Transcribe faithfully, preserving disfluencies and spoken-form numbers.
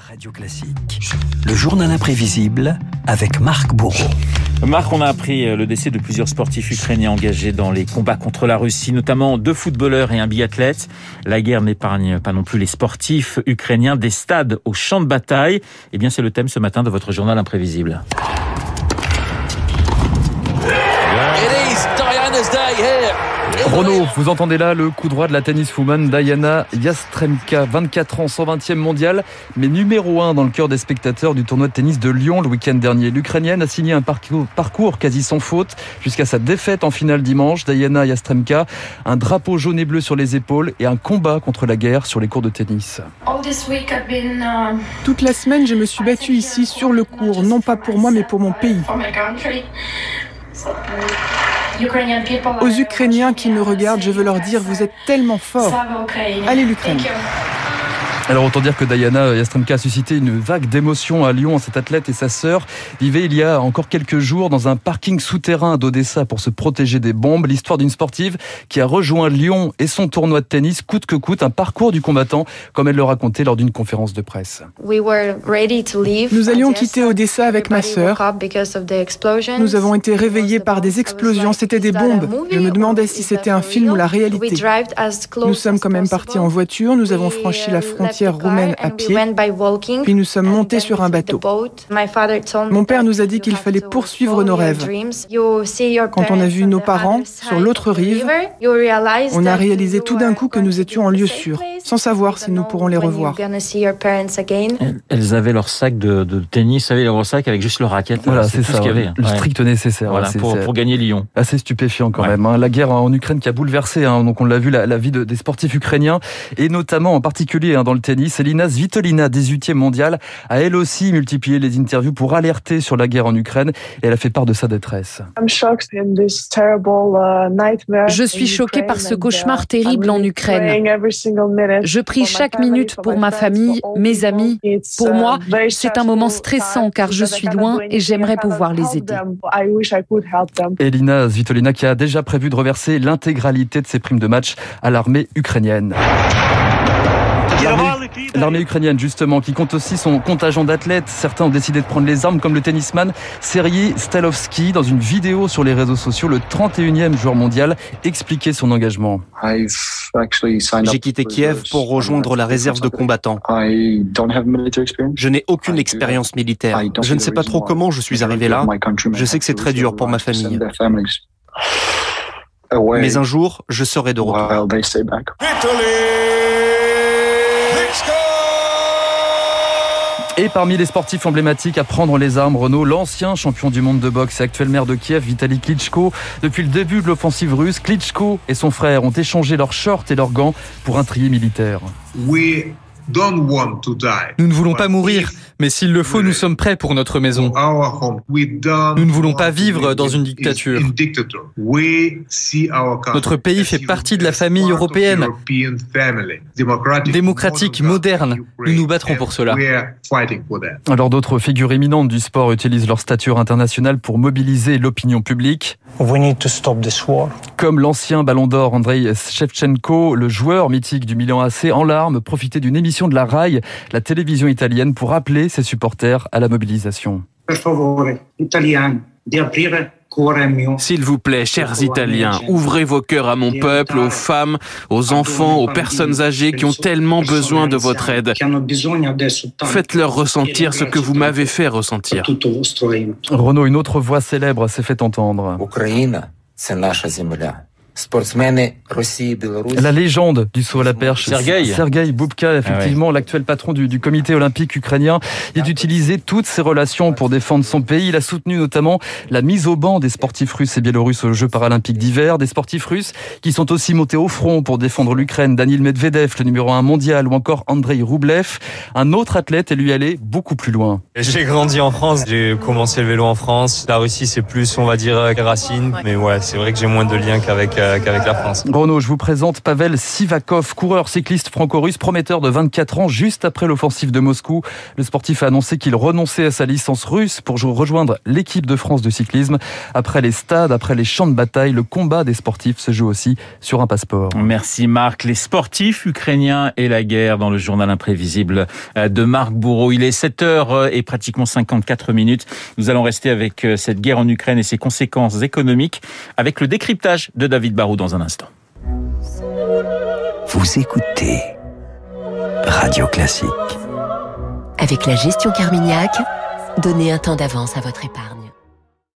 Radio Classique, le journal imprévisible avec Marc Bourreau. Marc, on a appris le décès de plusieurs sportifs ukrainiens engagés dans les combats contre la Russie, notamment deux footballeurs et un biathlète. La guerre n'épargne pas non plus les sportifs ukrainiens, des stades aux champs de bataille. Eh bien, c'est le thème ce matin de votre journal imprévisible. Renaud, vous entendez là le coup droit de la tenniswoman Diana Yastremka, vingt-quatre ans, cent vingtième mondiale, mais numéro un dans le cœur des spectateurs du tournoi de tennis de Lyon le week-end dernier. L'Ukrainienne a signé un parcours, parcours quasi sans faute jusqu'à sa défaite en finale dimanche. Diana Yastremka, un drapeau jaune et bleu sur les épaules et un combat contre la guerre sur les cours de tennis. Toute la semaine, je me suis battue ici sur le court, non pas pour moi mais pour mon pays. Aux Ukrainiens qui me regardent, je veux leur dire, vous êtes tellement forts. Allez l'Ukraine. Alors autant dire que Diana Yastremka a suscité une vague d'émotions à Lyon. Cette athlète et sa sœur vivaient il y a encore quelques jours dans un parking souterrain d'Odessa pour se protéger des bombes. L'histoire d'une sportive qui a rejoint Lyon et son tournoi de tennis coûte que coûte, un parcours du combattant, comme elle le racontait lors d'une conférence de presse. Nous allions quitter Odessa avec ma sœur. Nous avons été réveillés par des explosions, c'était des bombes. Je me demandais si c'était un film ou la réalité. Nous sommes quand même partis en voiture, nous avons franchi la frontière roumaine à pied, puis nous sommes montés sur un bateau. Mon père nous a dit qu'il fallait poursuivre nos rêves. Quand on a vu nos parents sur l'autre rive, on a réalisé tout d'un coup que nous étions en lieu sûr, sans savoir si nous pourrons les revoir. Elles avaient leur sac de, de tennis, avaient leur sac avec juste leur raquette. Voilà, c'est, c'est tout ça, ce qu'il y avait. Le Ouais. strict nécessaire. Voilà, ouais, c'est, pour, c'est pour gagner Lyon. Assez stupéfiant quand Ouais. même. Hein. La guerre en Ukraine qui a bouleversé, hein, donc on l'a vu, la, la vie de, des sportifs ukrainiens, et notamment en particulier hein, dans le tennis. Elina Svitolina, dix-huitième mondiale, a elle aussi multiplié les interviews pour alerter sur la guerre en Ukraine, et elle a fait part de sa détresse. Je suis choquée par ce cauchemar terrible en Ukraine. Je prie chaque minute pour ma famille, mes amis. Pour moi, c'est un moment stressant car je suis loin et j'aimerais pouvoir les aider. Elina Svitolina qui a déjà prévu de reverser l'intégralité de ses primes de match à l'armée ukrainienne. L'armée, l'armée ukrainienne, justement, qui compte aussi son contingent d'athlètes. Certains ont décidé de prendre les armes, comme le tennisman Serhiy Stalovski. Dans une vidéo sur les réseaux sociaux, le trente et unième joueur mondial expliquait son engagement. J'ai quitté Kiev pour rejoindre la réserve de combattants. Je n'ai aucune expérience militaire. Je ne sais pas trop comment je suis arrivé là. Je sais que c'est très dur pour ma famille. Mais un jour, je serai de retour. Et parmi les sportifs emblématiques à prendre les armes, Renaud, l'ancien champion du monde de boxe et actuel maire de Kiev, Vitali Klitschko. Depuis le début de l'offensive russe, Klitschko et son frère ont échangé leurs shorts et leurs gants pour un trier militaire. Nous ne voulons pas mourir, mais s'il le faut, nous sommes prêts pour notre maison. Nous ne voulons pas vivre dans une dictature. Notre pays fait partie de la famille européenne, démocratique, moderne. Nous nous battrons pour cela. Alors d'autres figures éminentes du sport utilisent leur stature internationale pour mobiliser l'opinion publique. Comme l'ancien ballon d'or Andrei Shevchenko, le joueur mythique du Milan A C, en larmes, profitait d'une émission de la Rai, la télévision italienne, pour appeler ses supporters à la mobilisation. S'il vous plaît, chers Italiens, ouvrez vos cœurs à mon peuple, aux femmes, aux enfants, aux personnes âgées qui ont tellement besoin de votre aide. Faites-leur ressentir ce que vous m'avez fait ressentir. Renaud, une autre voix célèbre s'est fait entendre. La légende du saut à la perche, Sergueï. Sergueï Boubka, effectivement, ah ouais. l'actuel patron du, du comité olympique ukrainien, il utilisait toutes ses relations pour défendre son pays. Il a soutenu notamment la mise au banc des sportifs russes et biélorusses aux Jeux paralympiques d'hiver, des sportifs russes qui sont aussi montés au front pour défendre l'Ukraine. Daniil Medvedev, le numéro un mondial, ou encore Andrei Roublev. Un autre athlète est lui allé beaucoup plus loin. J'ai grandi en France, j'ai commencé le vélo en France. La Russie, c'est plus, on va dire, racine. Mais ouais, c'est vrai que j'ai moins de liens qu'avec qu'avec la France. Renaud, je vous présente Pavel Sivakov, coureur cycliste franco-russe, prometteur de vingt-quatre ans, juste après l'offensive de Moscou. Le sportif a annoncé qu'il renonçait à sa licence russe pour rejoindre l'équipe de France de cyclisme. Après les stades, après les champs de bataille, le combat des sportifs se joue aussi sur un passeport. Merci Marc. Les sportifs ukrainiens et la guerre dans le journal imprévisible de Marc Bourreau. Il est sept heures et pratiquement cinquante-quatre minutes. Nous allons rester avec cette guerre en Ukraine et ses conséquences économiques avec le décryptage de David Barrault dans un instant. Vous écoutez Radio Classique. Avec la gestion Carmignac, donnez un temps d'avance à votre épargne.